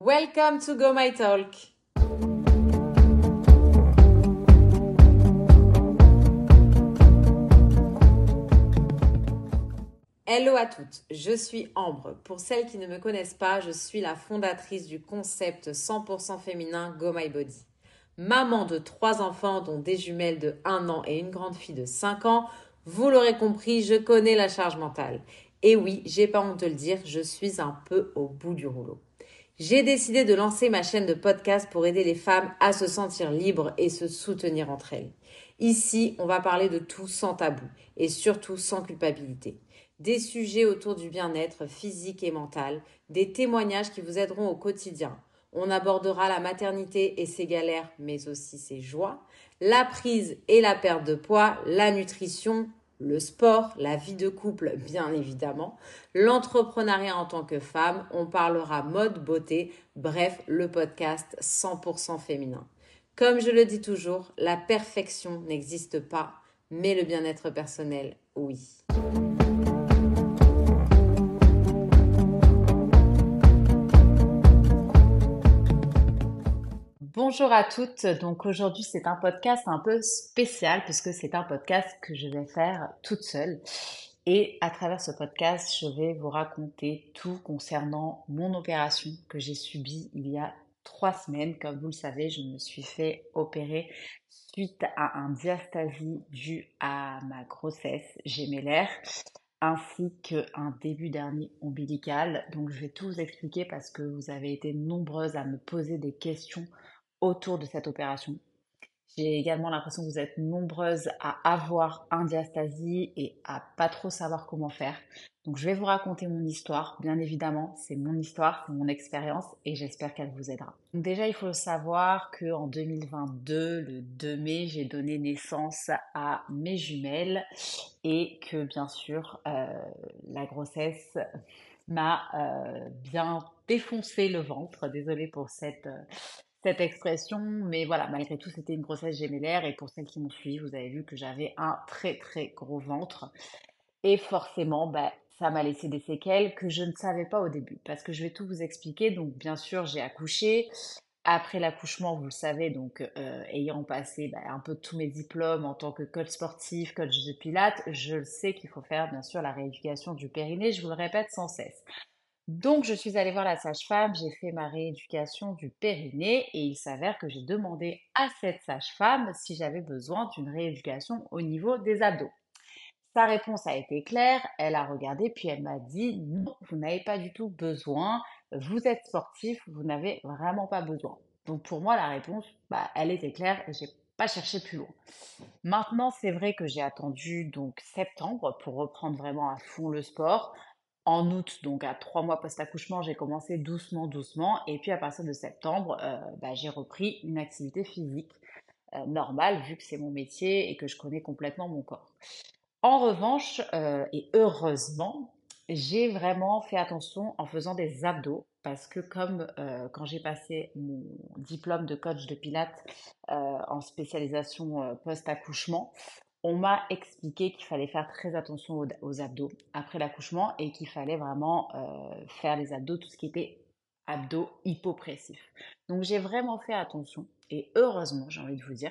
Welcome to Go My Talk. Hello à toutes, je suis Ambre. Pour celles qui ne me connaissent pas, je suis la fondatrice du concept 100% féminin Go My Body. Maman de 3 enfants, dont des jumelles de 1 an et une grande fille de 5 ans, vous l'aurez compris, je connais la charge mentale. Et oui, j'ai pas honte de le dire, je suis un peu au bout du rouleau. J'ai décidé de lancer ma chaîne de podcast pour aider les femmes à se sentir libres et se soutenir entre elles. Ici, on va parler de tout sans tabou et surtout sans culpabilité. Des sujets autour du bien-être physique et mental, des témoignages qui vous aideront au quotidien. On abordera la maternité et ses galères, mais aussi ses joies, la prise et la perte de poids, la nutrition, le sport, la vie de couple, bien évidemment, l'entrepreneuriat en tant que femme, on parlera mode, beauté, bref, le podcast 100% féminin. Comme je le dis toujours, la perfection n'existe pas, mais le bien-être personnel, oui. Bonjour à toutes, donc aujourd'hui c'est un podcast un peu spécial puisque c'est un podcast que je vais faire toute seule et à travers ce podcast je vais vous raconter tout concernant mon opération que j'ai subie il y a 3 semaines. Comme vous le savez, je me suis fait opérer suite à un diastasie dû à ma grossesse gémellaire ainsi qu'un début d'hernie ombilicale. Donc je vais tout vous expliquer parce que vous avez été nombreuses à me poser des questions autour de cette opération. J'ai également l'impression que vous êtes nombreuses à avoir un diastasie et à pas trop savoir comment faire. Donc je vais vous raconter mon histoire. Bien évidemment, c'est mon histoire, c'est mon expérience et j'espère qu'elle vous aidera. Donc déjà, il faut savoir qu'en 2022, le 2 mai, j'ai donné naissance à mes jumelles et que bien sûr, la grossesse m'a bien défoncé le ventre. Désolée pour cette expression, mais voilà, malgré tout, c'était une grossesse gémellaire et pour celles qui m'ont suivi, vous avez vu que j'avais un très très gros ventre et forcément, bah, ça m'a laissé des séquelles que je ne savais pas au début parce que je vais tout vous expliquer. Donc bien sûr, j'ai accouché. Après l'accouchement, vous le savez, donc ayant passé bah, un peu tous mes diplômes en tant que coach sportif, coach de pilates, je sais qu'il faut faire bien sûr la rééducation du périnée, je vous le répète sans cesse. Donc, je suis allée voir la sage-femme, j'ai fait ma rééducation du périnée et il s'avère que j'ai demandé à cette sage-femme si j'avais besoin d'une rééducation au niveau des abdos. Sa réponse a été claire, elle a regardé puis elle m'a dit non, vous n'avez pas du tout besoin, vous êtes sportif, vous n'avez vraiment pas besoin. Donc pour moi, la réponse, bah, elle était claire et j'ai pas cherché plus loin. Maintenant, c'est vrai que j'ai attendu donc septembre pour reprendre vraiment à fond le sport. En août, donc à 3 mois post-accouchement, j'ai commencé doucement, doucement. Et puis à partir de septembre, bah, j'ai repris une activité physique normale vu que c'est mon métier et que je connais complètement mon corps. En revanche, et heureusement, j'ai vraiment fait attention en faisant des abdos parce que comme quand j'ai passé mon diplôme de coach de pilates en spécialisation post-accouchement, on m'a expliqué qu'il fallait faire très attention aux abdos après l'accouchement et qu'il fallait vraiment faire les abdos, tout ce qui était abdos hypopressifs. Donc j'ai vraiment fait attention et heureusement, j'ai envie de vous dire.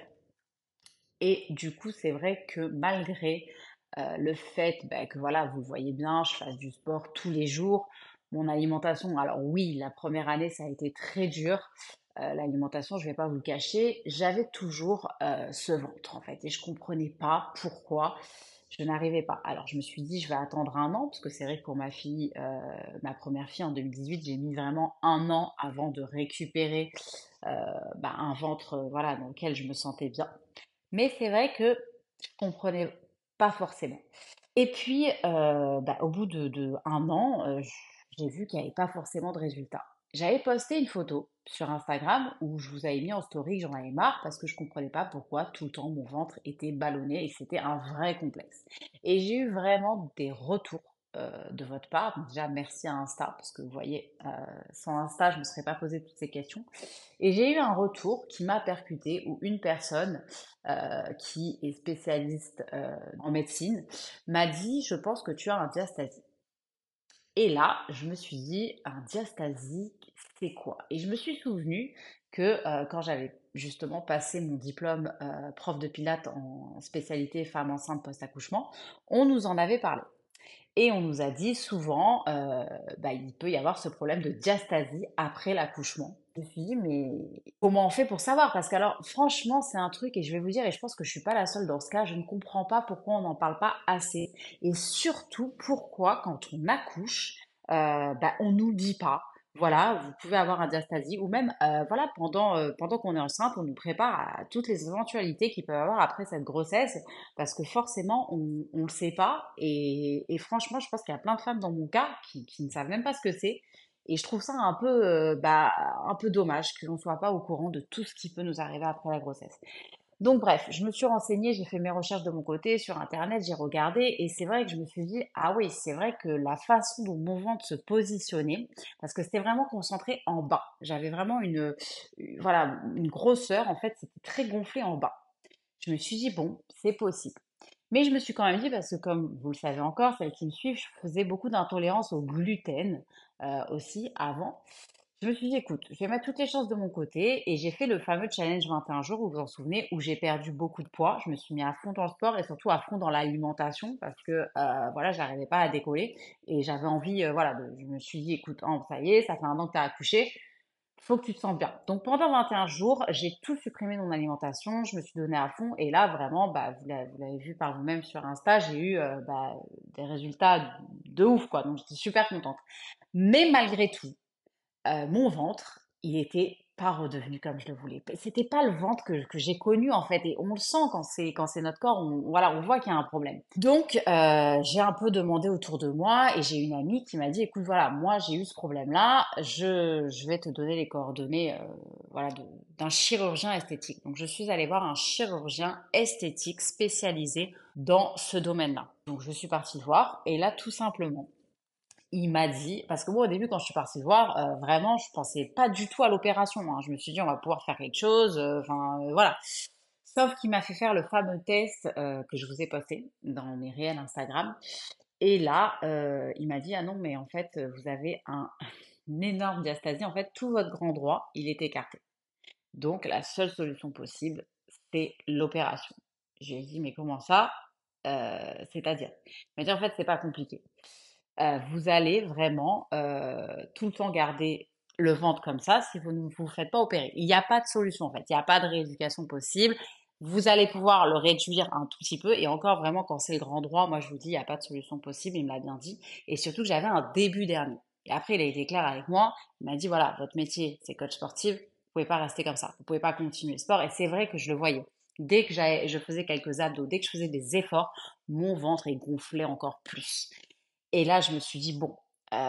Et du coup, c'est vrai que malgré le fait bah, que voilà, vous le voyez bien, je fasse du sport tous les jours, mon alimentation, alors oui, la première année, ça a été très dur. L'alimentation, je vais pas vous le cacher, j'avais toujours ce ventre en fait, et je comprenais pas pourquoi je n'arrivais pas. Alors je me suis dit, je vais attendre un an, parce que c'est vrai que pour ma fille, ma première fille en 2018, j'ai mis vraiment un an avant de récupérer bah, un ventre voilà, dans lequel je me sentais bien. Mais c'est vrai que je comprenais pas forcément. Et puis, bah, au bout de 1 an, j'ai vu qu'il n'y avait pas forcément de résultats. J'avais posté une photo sur Instagram où je vous avais mis en story que j'en avais marre parce que je comprenais pas pourquoi tout le temps mon ventre était ballonné et c'était un vrai complexe. Et j'ai eu vraiment des retours de votre part. Donc déjà, merci à Insta parce que vous voyez, sans Insta, je ne me serais pas posé toutes ces questions. Et j'ai eu un retour qui m'a percuté où une personne qui est spécialiste en médecine m'a dit, je pense que tu as un diastasie. Et là, je me suis dit, un diastasie, c'est quoi? Et je me suis souvenu que quand j'avais justement passé mon diplôme prof de pilates en spécialité femme enceinte post-accouchement, on nous en avait parlé. Et on nous a dit souvent, bah, il peut y avoir ce problème de diastasie après l'accouchement. Je me suis dit, mais comment on fait pour savoir? Parce que alors, franchement, c'est un truc, et je vais vous dire, et je pense que je suis pas la seule dans ce cas, je ne comprends pas pourquoi on n'en parle pas assez. Et surtout, pourquoi, quand on accouche, bah, on nous dit pas. Voilà, vous pouvez avoir un diastasie, ou même, voilà, pendant qu'on est enceinte, on nous prépare à toutes les éventualités qu'il peut y avoir après cette grossesse, parce que forcément, on le sait pas. Et franchement, je pense qu'il y a plein de femmes dans mon cas qui ne savent même pas ce que c'est. Et je trouve ça un peu, bah, un peu dommage que l'on soit pas au courant de tout ce qui peut nous arriver après la grossesse. Donc bref, je me suis renseignée, j'ai fait mes recherches de mon côté sur Internet, j'ai regardé et c'est vrai que je me suis dit, ah oui, c'est vrai que la façon dont mon ventre se positionnait, parce que c'était vraiment concentré en bas. J'avais vraiment voilà, une grosseur, en fait, c'était très gonflé en bas. Je me suis dit, bon, c'est possible. Mais je me suis quand même dit, parce que comme vous le savez encore, celles qui me suivent, je faisais beaucoup d'intolérance au gluten aussi avant. Je me suis dit, écoute, je vais mettre toutes les chances de mon côté et j'ai fait le fameux challenge 21 jours, vous vous en souvenez, où j'ai perdu beaucoup de poids. Je me suis mis à fond dans le sport et surtout à fond dans l'alimentation parce que voilà, j'arrivais pas à décoller et j'avais envie, voilà, je me suis dit, écoute, ça y est, ça fait un an que tu as accouché, faut que tu te sens bien. Donc pendant 21 jours, j'ai tout supprimé de mon alimentation, je me suis donnée à fond et là vraiment, bah, vous l'avez vu par vous-même sur Insta, j'ai eu bah, des résultats de ouf quoi, donc j'étais super contente. Mais malgré tout, mon ventre, il était pas redevenu comme je le voulais. C'était pas le ventre que j'ai connu en fait, et on le sent quand c'est notre corps. Voilà, on voit qu'il y a un problème. Donc j'ai un peu demandé autour de moi et j'ai une amie qui m'a dit, écoute, voilà, moi j'ai eu ce problème-là, je vais te donner les coordonnées, voilà, d'un chirurgien esthétique. Donc je suis allée voir un chirurgien esthétique spécialisé dans ce domaine-là. Donc je suis partie le voir et là tout simplement il m'a dit, parce que moi au début quand je suis partie le voir, vraiment je pensais pas du tout à l'opération, hein. Je me suis dit on va pouvoir faire quelque chose, enfin voilà. Sauf qu'il m'a fait faire le fameux test que je vous ai posté dans mes réels Instagram. Et là, il m'a dit ah non mais en fait vous avez une énorme diastasie, en fait tout votre grand droit il est écarté. Donc la seule solution possible c'est l'opération. Je lui ai dit mais comment ça? C'est-à-dire? Il m'a dit en fait c'est pas compliqué. Vous allez vraiment tout le temps garder le ventre comme ça si vous ne vous faites pas opérer. Il n'y a pas de solution en fait, il n'y a pas de rééducation possible. Vous allez pouvoir le réduire un tout petit peu et encore vraiment quand c'est le grand droit, moi je vous dis, il n'y a pas de solution possible, il me l'a bien dit. Et surtout que j'avais un début d'hernie. Et après, il a été clair avec moi, il m'a dit, voilà, votre métier c'est coach sportif, vous pouvez pas rester comme ça, vous pouvez pas continuer le sport. Et c'est vrai que je le voyais. Dès que je faisais quelques abdos, dès que je faisais des efforts, mon ventre il gonflait encore plus. Et là, je me suis dit, bon,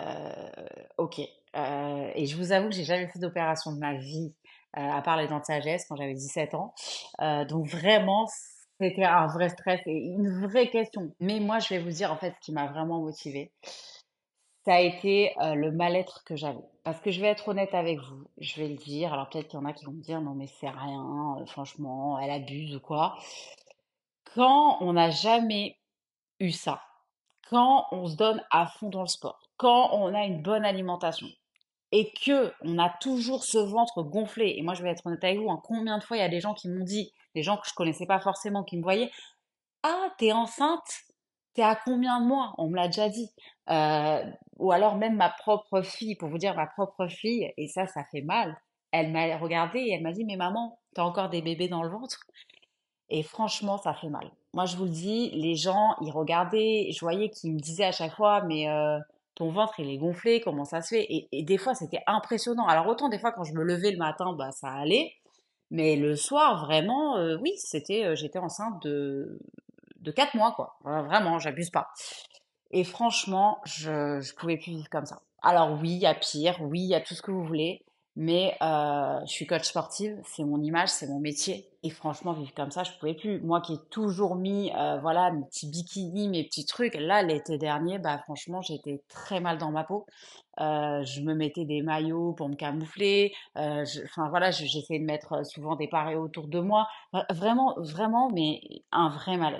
ok. Et je vous avoue que j'ai jamais fait d'opération de ma vie, à part les dents de sagesse quand j'avais 17 ans. Donc vraiment, c'était un vrai stress et une vraie question. Mais moi, je vais vous dire, en fait, ce qui m'a vraiment motivée, ça a été le mal-être que j'avais. Parce que je vais être honnête avec vous, je vais le dire. Alors peut-être qu'il y en a qui vont me dire, non mais c'est rien, franchement, elle abuse ou quoi. Quand on n'a jamais eu ça, quand on se donne à fond dans le sport, quand on a une bonne alimentation et que on a toujours ce ventre gonflé, et moi je vais être honnête avec vous, hein, combien de fois il y a des gens qui m'ont dit, des gens que je connaissais pas forcément, qui me voyaient, ah t'es enceinte, t'es à combien de mois? On me l'a déjà dit. Euh, ou alors même ma propre fille, pour vous dire ma propre fille, et ça fait mal. Elle m'a regardée et elle m'a dit, mais maman, t'as encore des bébés dans le ventre? Et franchement, ça fait mal. Moi, je vous le dis, les gens, ils regardaient, je voyais qu'ils me disaient à chaque fois, mais ton ventre, il est gonflé, comment ça se fait? Et des fois, c'était impressionnant. Alors, autant des fois, quand je me levais le matin, bah, ça allait. Mais le soir, vraiment, oui, j'étais enceinte de 4 mois, quoi. Vraiment, j'abuse pas. Et franchement, je pouvais plus vivre comme ça. Alors oui, il y a pire, oui, il y a tout ce que vous voulez, mais je suis coach sportive, c'est mon image, c'est mon métier. Et franchement, vivre comme ça, je pouvais plus. Moi qui ai toujours mis, voilà, mes petits bikinis, mes petits trucs, là, l'été dernier, bah franchement, j'étais très mal dans ma peau. Je me mettais des maillots pour me camoufler. Enfin voilà, j'essayais de mettre souvent des parées autour de moi. Vraiment, vraiment, mais un vrai mal-être.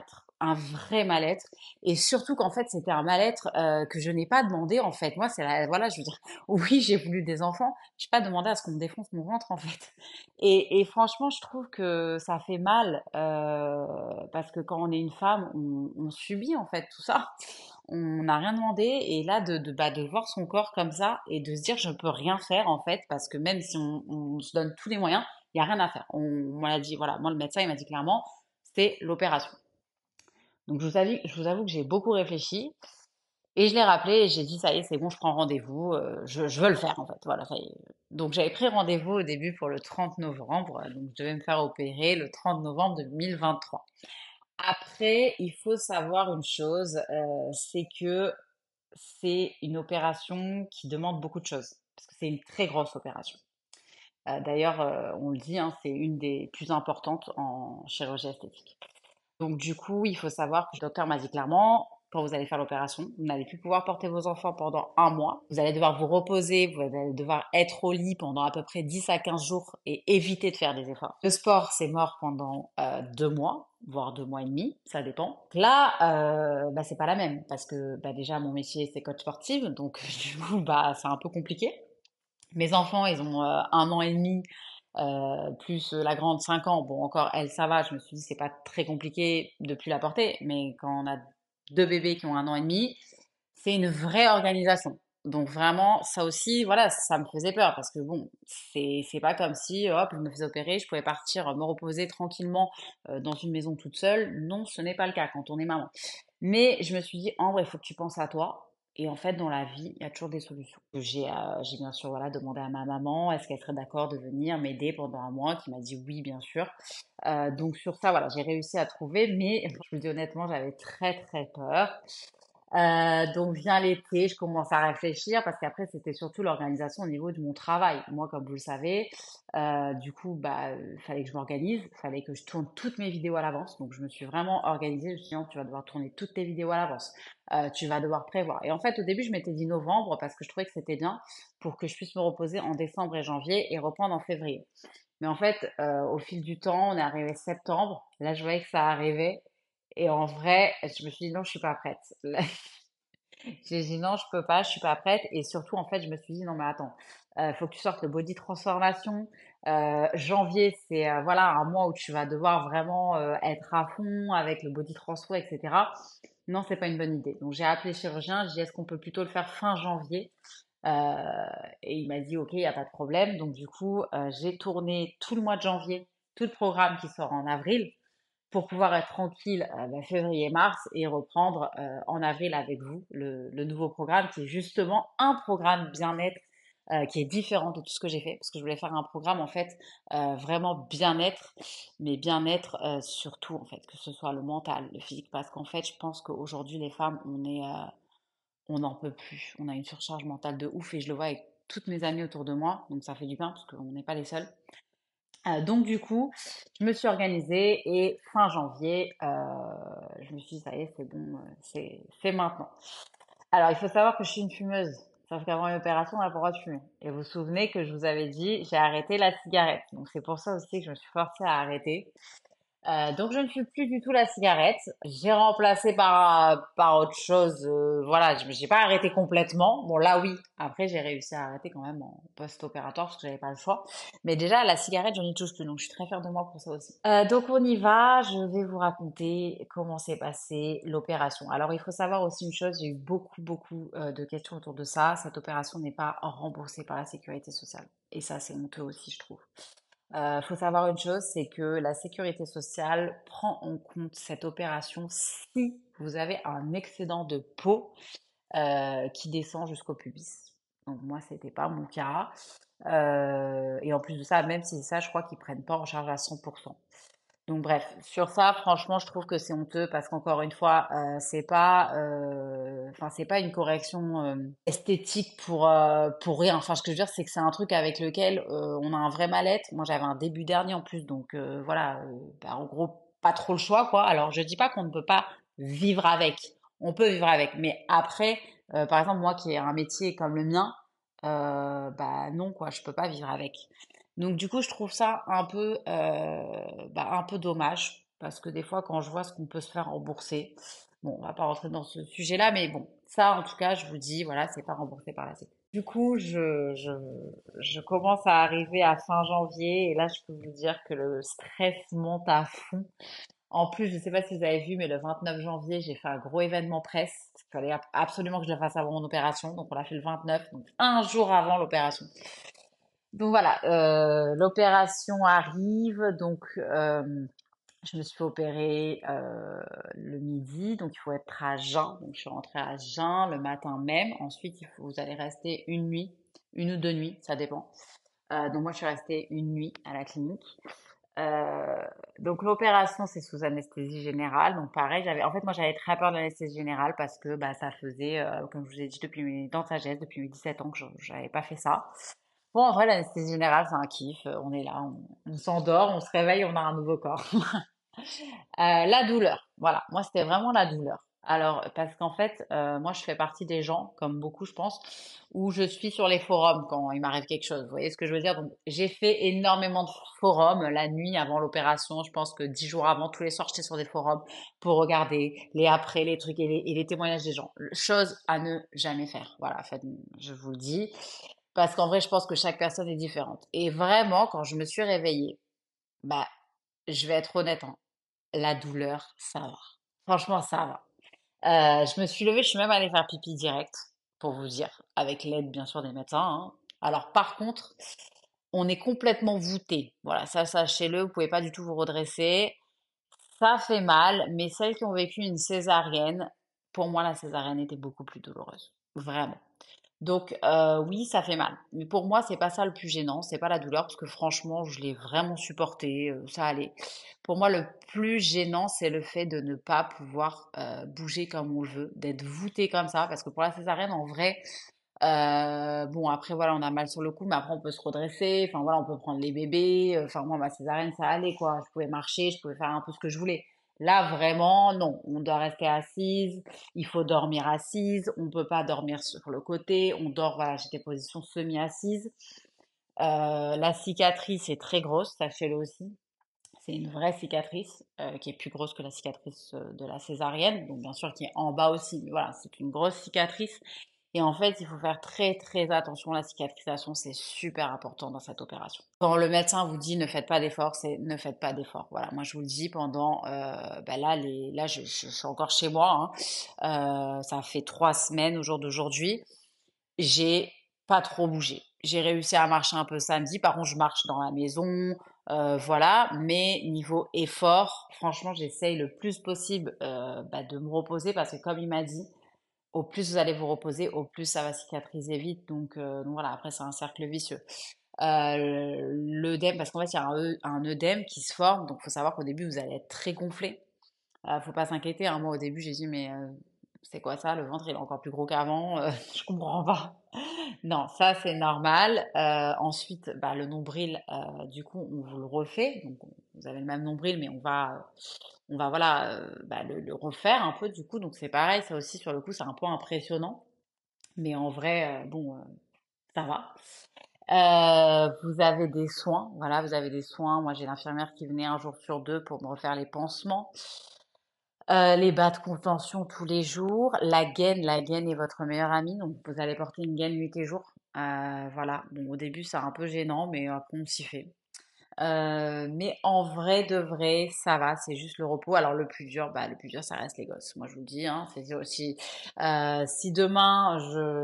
un vrai mal-être et surtout qu'en fait c'était un mal-être que je n'ai pas demandé en fait. Moi c'est voilà, je veux dire oui, j'ai voulu des enfants, j'ai pas demandé à ce qu'on me défonce mon ventre en fait. Et franchement, je trouve que ça fait mal parce que quand on est une femme, on subit en fait tout ça. On n'a rien demandé et là de voir son corps comme ça et de se dire je peux rien faire en fait parce que même si on se donne tous les moyens, il y a rien à faire. On m'a dit voilà, moi le médecin il m'a dit clairement c'est l'opération. Donc je vous avoue que j'ai beaucoup réfléchi et je l'ai rappelé et j'ai dit ça y est c'est bon je prends rendez-vous, je veux le faire en fait voilà ça y est. Donc j'avais pris rendez-vous au début pour le 30 novembre donc je devais me faire opérer le 30 novembre 2023. Après il faut savoir une chose c'est que c'est une opération qui demande beaucoup de choses parce que c'est une très grosse opération. D'ailleurs on le dit hein, c'est une des plus importantes en chirurgie esthétique. Donc du coup, il faut savoir que le docteur m'a dit clairement, quand vous allez faire l'opération, vous n'allez plus pouvoir porter vos enfants pendant un mois. Vous allez devoir vous reposer, vous allez devoir être au lit pendant à peu près 10 à 15 jours et éviter de faire des efforts. Le sport, c'est mort pendant 2 mois, voire 2 mois et demi, ça dépend. Là, bah, c'est pas la même parce que bah, déjà mon métier c'est coach sportive, donc du coup bah c'est un peu compliqué. Mes enfants, ils ont 1 an et demi, plus la grande 5 ans. Bon, encore elle, ça va. Je me suis dit, c'est pas très compliqué de plus la porter. Mais quand on a deux bébés qui ont 1 an et demi, c'est une vraie organisation. Donc vraiment, ça aussi, voilà, ça me faisait peur parce que bon, c'est pas comme si, hop, je me faisais opérer, je pouvais partir me reposer tranquillement dans une maison toute seule. Non, ce n'est pas le cas quand on est maman. Mais je me suis dit, en vrai, il faut que tu penses à toi. Et en fait, dans la vie, il y a toujours des solutions. J'ai bien sûr voilà, demandé à ma maman, est-ce qu'elle serait d'accord de venir m'aider pendant un mois, qui m'a dit oui, bien sûr. Donc sur ça, voilà, j'ai réussi à trouver, mais je vous le dis honnêtement, j'avais très très peur. Donc vient l'été, je commence à réfléchir parce qu'après c'était surtout l'organisation au niveau de mon travail. Moi, comme vous le savez, du coup, bah, fallait que je m'organise, fallait que je tourne toutes mes vidéos à l'avance. Donc je me suis vraiment organisée. Je me suis dit, non, tu vas devoir tourner toutes tes vidéos à l'avance. Tu vas devoir prévoir. Et en fait, au début, je m'étais dit novembre parce que je trouvais que c'était bien pour que je puisse me reposer en décembre et janvier et reprendre en février. Mais en fait, au fil du temps, on est arrivé septembre. Là, je voyais que ça arrivait. Et en vrai, je me suis dit non, je suis pas prête. J'ai dit non, je peux pas, je suis pas prête. Et surtout, en fait, je me suis dit non, mais attends, faut que tu sortes le body transformation. Janvier, c'est voilà un mois où tu vas devoir vraiment être à fond avec le body transfo, etc. Non, c'est pas une bonne idée. Donc j'ai appelé le chirurgien, j'ai dit est-ce qu'on peut plutôt le faire fin janvier? Euh, et il m'a dit ok, il y a pas de problème. Donc du coup, j'ai tourné tout le mois de janvier, tout le programme qui sort en avril pour pouvoir être tranquille bah, février-mars et reprendre en avril avec vous le nouveau programme qui est justement un programme bien-être qui est différent de tout ce que j'ai fait parce que je voulais faire un programme en fait vraiment bien-être mais bien-être surtout en fait que ce soit le mental, le physique parce qu'en fait je pense qu'aujourd'hui les femmes on n'en peut plus, on a une surcharge mentale de ouf et je le vois avec toutes mes amies autour de moi donc ça fait du bien parce qu'on n'est pas les seuls. Donc du coup, je me suis organisée et fin janvier, je me suis dit, ça y est, c'est bon, c'est maintenant. Alors, il faut savoir que je suis une fumeuse. Sauf qu'avant l'opération, on a pas le droit de fumer. Et vous vous souvenez que je vous avais dit, j'ai arrêté la cigarette. Donc c'est pour ça aussi que je me suis forcée à arrêter. Donc je ne fume plus du tout la cigarette. J'ai remplacé par autre chose. Voilà, j'ai pas arrêté complètement. Bon là oui. Après j'ai réussi à arrêter quand même en post-opératoire parce que j'avais pas le choix. Mais déjà la cigarette je n'y touche plus. Donc je suis très fière de moi pour ça aussi. Donc on y va. Je vais vous raconter comment s'est passée l'opération. Alors il faut savoir aussi une chose. J'ai eu beaucoup de questions autour de ça. Cette opération n'est pas remboursée par la sécurité sociale. Et ça c'est honteux aussi je trouve. Faut savoir une chose, c'est que la sécurité sociale prend en compte cette opération si vous avez un excédent de peau qui descend jusqu'au pubis. Donc moi, c'était pas mon cas. Et en plus de ça, même si c'est ça, je crois qu'ils prennent pas en charge à 100%. Donc bref, sur ça, franchement, je trouve que c'est honteux parce qu'encore une fois, enfin c'est pas une correction esthétique pour rien. Enfin, ce que je veux dire, c'est que c'est un truc avec lequel on a un vrai mal-être. Moi, j'avais un début dernier en plus, donc voilà, bah, en gros, pas trop le choix, quoi. Alors, je dis pas qu'on ne peut pas vivre avec. On peut vivre avec, mais après, par exemple, moi qui ai un métier comme le mien, bah non, quoi, je peux pas vivre avec. Donc du coup, je trouve ça un peu dommage parce que des fois, quand je vois ce qu'on peut se faire rembourser, bon, on va pas rentrer dans ce sujet-là, mais bon, ça, en tout cas, je vous dis, voilà, c'est pas remboursé par la Sécu. Du coup, je commence à arriver à fin janvier et là, je peux vous dire que le stress monte à fond. En plus, je sais pas si vous avez vu, mais le 29 janvier, j'ai fait un gros événement presse. Il fallait absolument que je le fasse avant mon opération. Donc, on l'a fait le 29, donc un jour avant l'opération. Donc voilà, l'opération arrive. Donc, je me suis fait opérer le midi. Donc, il faut être à jeun. Donc, je suis rentrée à jeun le matin même. Ensuite, vous allez rester une nuit, une ou deux nuits, ça dépend. Donc, moi, je suis restée une nuit à la clinique. Euh, donc l'opération c'est sous anesthésie générale. Donc pareil, moi j'avais très peur de l'anesthésie générale parce que bah ça faisait comme je vous ai dit depuis mes dents de sagesse, depuis mes 17 ans que j'avais pas fait ça. Bon en vrai l'anesthésie générale c'est un kiff, on est là, on s'endort, on se réveille, on a un nouveau corps. La douleur, voilà. Moi, c'était vraiment la douleur. Alors, parce qu'en fait, moi, je fais partie des gens, comme beaucoup, je pense, où je suis sur les forums quand il m'arrive quelque chose. Vous voyez ce que je veux dire? Donc, j'ai fait énormément de forums la nuit avant l'opération. Je pense que 10 jours avant, tous les soirs, j'étais sur des forums pour regarder les après, les trucs et les témoignages des gens. Chose à ne jamais faire. Voilà, en fait, je vous le dis. Parce qu'en vrai, je pense que chaque personne est différente. Et vraiment, quand je me suis réveillée, bah, je vais être honnête, hein, la douleur, ça va. Franchement, ça va. Je me suis levée, je suis même allée faire pipi direct, pour vous dire, avec l'aide bien sûr des médecins, hein. Alors par contre, on est complètement voûté. Voilà, ça sachez-le, vous pouvez pas du tout vous redresser. Ça fait mal, mais celles qui ont vécu une césarienne, pour moi la césarienne était beaucoup plus douloureuse. Vraiment. Donc oui, ça fait mal. Mais pour moi, c'est pas ça le plus gênant, c'est pas la douleur parce que franchement, je l'ai vraiment supporté, ça allait. Pour moi, le plus gênant, c'est le fait de ne pas pouvoir bouger comme on le veut, d'être voûté comme ça, parce que pour la césarienne, en vrai, bon après voilà, on a mal sur le cou, mais après on peut se redresser. Enfin voilà, on peut prendre les bébés. Enfin moi, ma césarienne, ça allait quoi. Je pouvais marcher, je pouvais faire un peu ce que je voulais. Là, vraiment, non. On doit rester assise. Il faut dormir assise. On peut pas dormir sur le côté. On dort, voilà, j'étais position semi-assise. La cicatrice est très grosse, sachez-le aussi. C'est une vraie cicatrice qui est plus grosse que la cicatrice de la césarienne, donc bien sûr qui est en bas aussi. Mais voilà, c'est une grosse cicatrice. Et en fait, il faut faire très très attention. La cicatrisation, c'est super important dans cette opération. Quand le médecin vous dit ne faites pas d'efforts, c'est ne faites pas d'efforts. Voilà, moi je vous le dis pendant, bah là, je suis encore chez moi, hein. Ça fait 3 semaines au jour d'aujourd'hui. J'ai pas trop bougé. J'ai réussi à marcher un peu samedi. Par contre, je marche dans la maison, voilà. Mais niveau effort, franchement, j'essaye le plus possible bah, de me reposer parce que comme il m'a dit, au plus vous allez vous reposer, au plus ça va cicatriser vite. Donc voilà, après c'est un cercle vicieux. L'œdème, parce qu'en fait il y a un œdème qui se forme, donc faut savoir qu'au début vous allez être très gonflé. Faut pas s'inquiéter, hein. Moi au début j'ai dit mais c'est quoi ça? Le ventre il est encore plus gros qu'avant, je comprends pas. Non, ça c'est normal. Ensuite, bah, le nombril, du coup on vous le refait, donc vous avez le même nombril mais on va voilà bah, le refaire un peu du coup, donc c'est pareil, ça aussi sur le coup c'est un peu impressionnant, mais en vrai bon ça va. Vous avez des soins, voilà, vous avez des soins. Moi j'ai l'infirmière qui venait un jour sur deux pour me refaire les pansements. Les bas de contention tous les jours. La gaine est votre meilleure amie, donc vous allez porter une gaine nuit et jour. Voilà. Bon, au début, c'est un peu gênant, mais après, on s'y fait. Mais en vrai de vrai, ça va, c'est juste le repos. Alors le plus dur, ça reste les gosses. Moi, je vous le dis, hein, c'est aussi si demain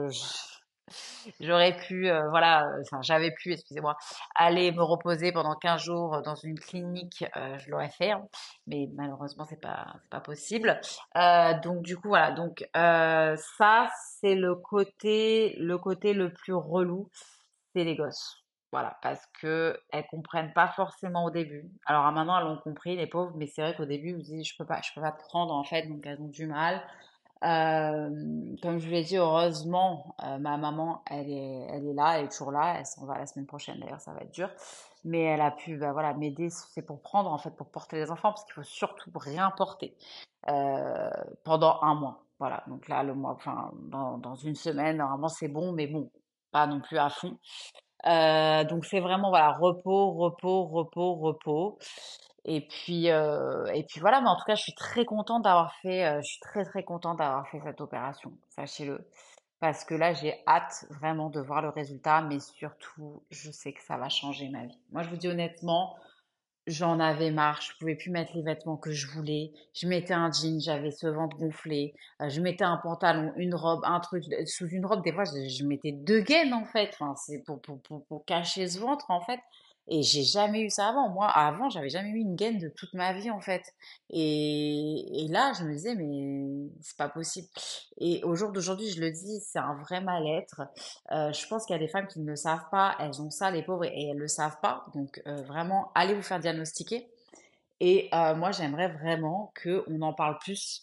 j'aurais pu, voilà, enfin j'avais pu, excusez-moi, aller me reposer pendant 15 jours dans une clinique, je l'aurais fait, hein, mais malheureusement c'est pas possible. Donc du coup voilà, donc ça c'est le côté le plus relou, c'est les gosses. Voilà, parce que elles comprennent pas forcément au début. Alors maintenant elles l'ont compris les pauvres, mais c'est vrai qu'au début vous dites je peux pas te prendre en fait, donc elles ont du mal. Comme je vous l'ai dit, heureusement, ma maman, elle est là, elle est toujours là. Elle s'en va la semaine prochaine, d'ailleurs, ça va être dur. Mais elle a pu, bah, voilà, m'aider. C'est pour prendre, en fait, pour porter les enfants, parce qu'il faut surtout rien porter euh, pendant un mois. Voilà. Donc là, le mois, enfin, dans une semaine, normalement, c'est bon, mais bon, pas non plus à fond. Donc c'est vraiment, voilà, repos, repos, repos, repos. Et puis voilà, mais en tout cas, je suis très contente d'avoir fait, je suis très très contente d'avoir fait cette opération, sachez-le. Parce que là, j'ai hâte vraiment de voir le résultat, mais surtout, je sais que ça va changer ma vie. Moi, je vous dis honnêtement, j'en avais marre, je pouvais plus mettre les vêtements que je voulais. Je mettais un jean, j'avais ce ventre gonflé. Je mettais un pantalon, une robe, un truc. Sous une robe, des fois, je mettais deux gaines en fait. Enfin, c'est pour cacher ce ventre en fait. Et j'ai jamais eu ça avant. Moi, avant, j'avais jamais eu une gaine de toute ma vie en fait. Et là, je me disais, mais c'est pas possible. Et au jour d'aujourd'hui, je le dis, c'est un vrai mal-être. Je pense qu'il y a des femmes qui ne le savent pas, elles ont ça, les pauvres, et elles le savent pas. Donc vraiment, allez vous faire diagnostiquer. Et moi, j'aimerais vraiment qu'on en parle plus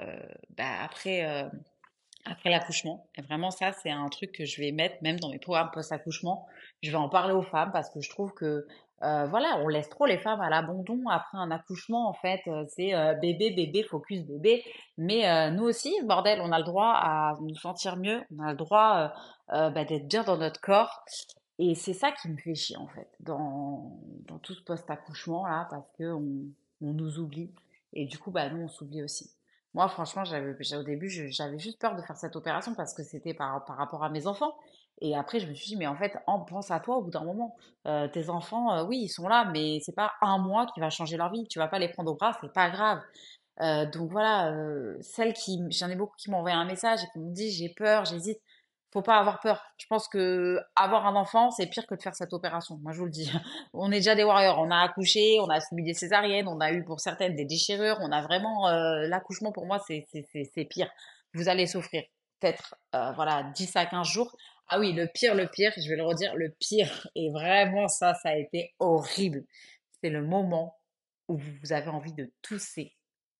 après l'accouchement. Et vraiment, ça, c'est un truc que je vais mettre même dans mes programmes post-accouchement. Je vais en parler aux femmes parce que je trouve que, voilà, on laisse trop les femmes à l'abandon après un accouchement. En fait, c'est bébé, bébé, focus bébé. Mais nous aussi, bordel, on a le droit à nous sentir mieux. On a le droit d'être bien dans notre corps. Et c'est ça qui me fait chier, en fait, dans tout ce post-accouchement, là, parce que on nous oublie. Et du coup, bah, nous, on s'oublie aussi. Moi, franchement, au début, j'avais juste peur de faire cette opération parce que c'était par rapport à mes enfants. Et après, je me suis dit, mais en fait, pense à toi au bout d'un moment. Tes enfants, oui, ils sont là, mais c'est pas un mois qui va changer leur vie. Tu vas pas les prendre au bras, c'est pas grave. Donc voilà, j'en ai beaucoup qui m'ont envoyé un message et qui m'ont dit, j'ai peur, j'hésite. Faut pas avoir peur. Je pense que avoir un enfant, c'est pire que de faire cette opération. Moi, je vous le dis. On est déjà des warriors. On a accouché, on a subi des césariennes, on a eu pour certaines des déchirures. On a vraiment l'accouchement pour moi, c'est pire. Vous allez souffrir peut-être voilà 10 à 15 jours. Ah oui, le pire, je vais le redire, le pire. Et vraiment ça a été horrible. C'est le moment où vous avez envie de tousser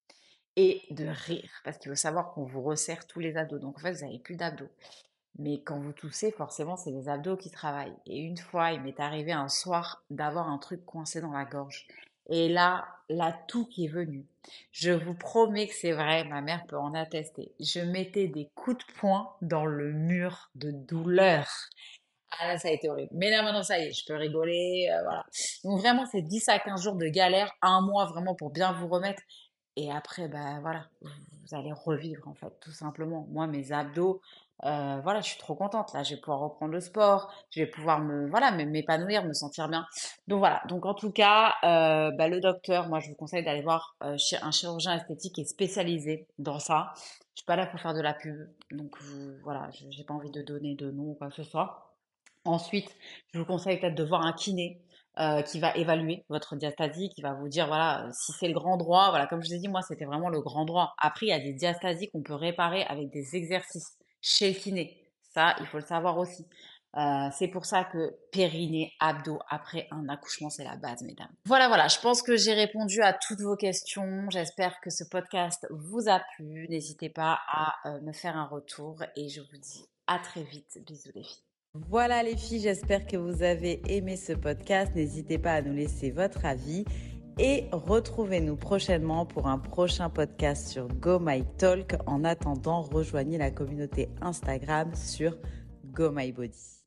et de rire. Parce qu'il faut savoir qu'on vous resserre tous les abdos. Donc en fait, vous n'avez plus d'abdos. Mais quand vous toussez, forcément, c'est les abdos qui travaillent. Et une fois, il m'est arrivé un soir d'avoir un truc coincé dans la gorge. Et là, la toux qui est venue. Je vous promets que c'est vrai, ma mère peut en attester. Je mettais des coups de poing dans le mur de douleur. Ah là, ça a été horrible. Mais là, maintenant, ça y est, je peux rigoler, voilà. Donc vraiment, c'est 10 à 15 jours de galère, un mois vraiment pour bien vous remettre. Et après, bah voilà, vous allez revivre en fait, tout simplement. Moi, mes abdos, voilà, je suis trop contente. Là, je vais pouvoir reprendre le sport, je vais pouvoir voilà, m'épanouir, me sentir bien. Donc voilà. Donc en tout cas, le docteur, moi, je vous conseille d'aller voir chez un chirurgien esthétique qui est spécialisé dans ça. Je suis pas là pour faire de la pub, donc voilà, j'ai pas envie de donner de nom ou quoi que ce soit. Ensuite, je vous conseille peut-être de voir un kiné qui va évaluer votre diastasie, qui va vous dire, voilà, si c'est le grand droit, voilà, comme je vous ai dit, moi, c'était vraiment le grand droit. Après, il y a des diastasies qu'on peut réparer avec des exercices chez le kiné. Ça, il faut le savoir aussi. C'est pour ça que périnée, abdos, après un accouchement, c'est la base, mesdames. Voilà, voilà, je pense que j'ai répondu à toutes vos questions. J'espère que ce podcast vous a plu. N'hésitez pas à me faire un retour et je vous dis à très vite. Bisous les filles. Voilà les filles, j'espère que vous avez aimé ce podcast. N'hésitez pas à nous laisser votre avis et retrouvez-nous prochainement pour un prochain podcast sur Go My Talk. En attendant, rejoignez la communauté Instagram sur Go My Body.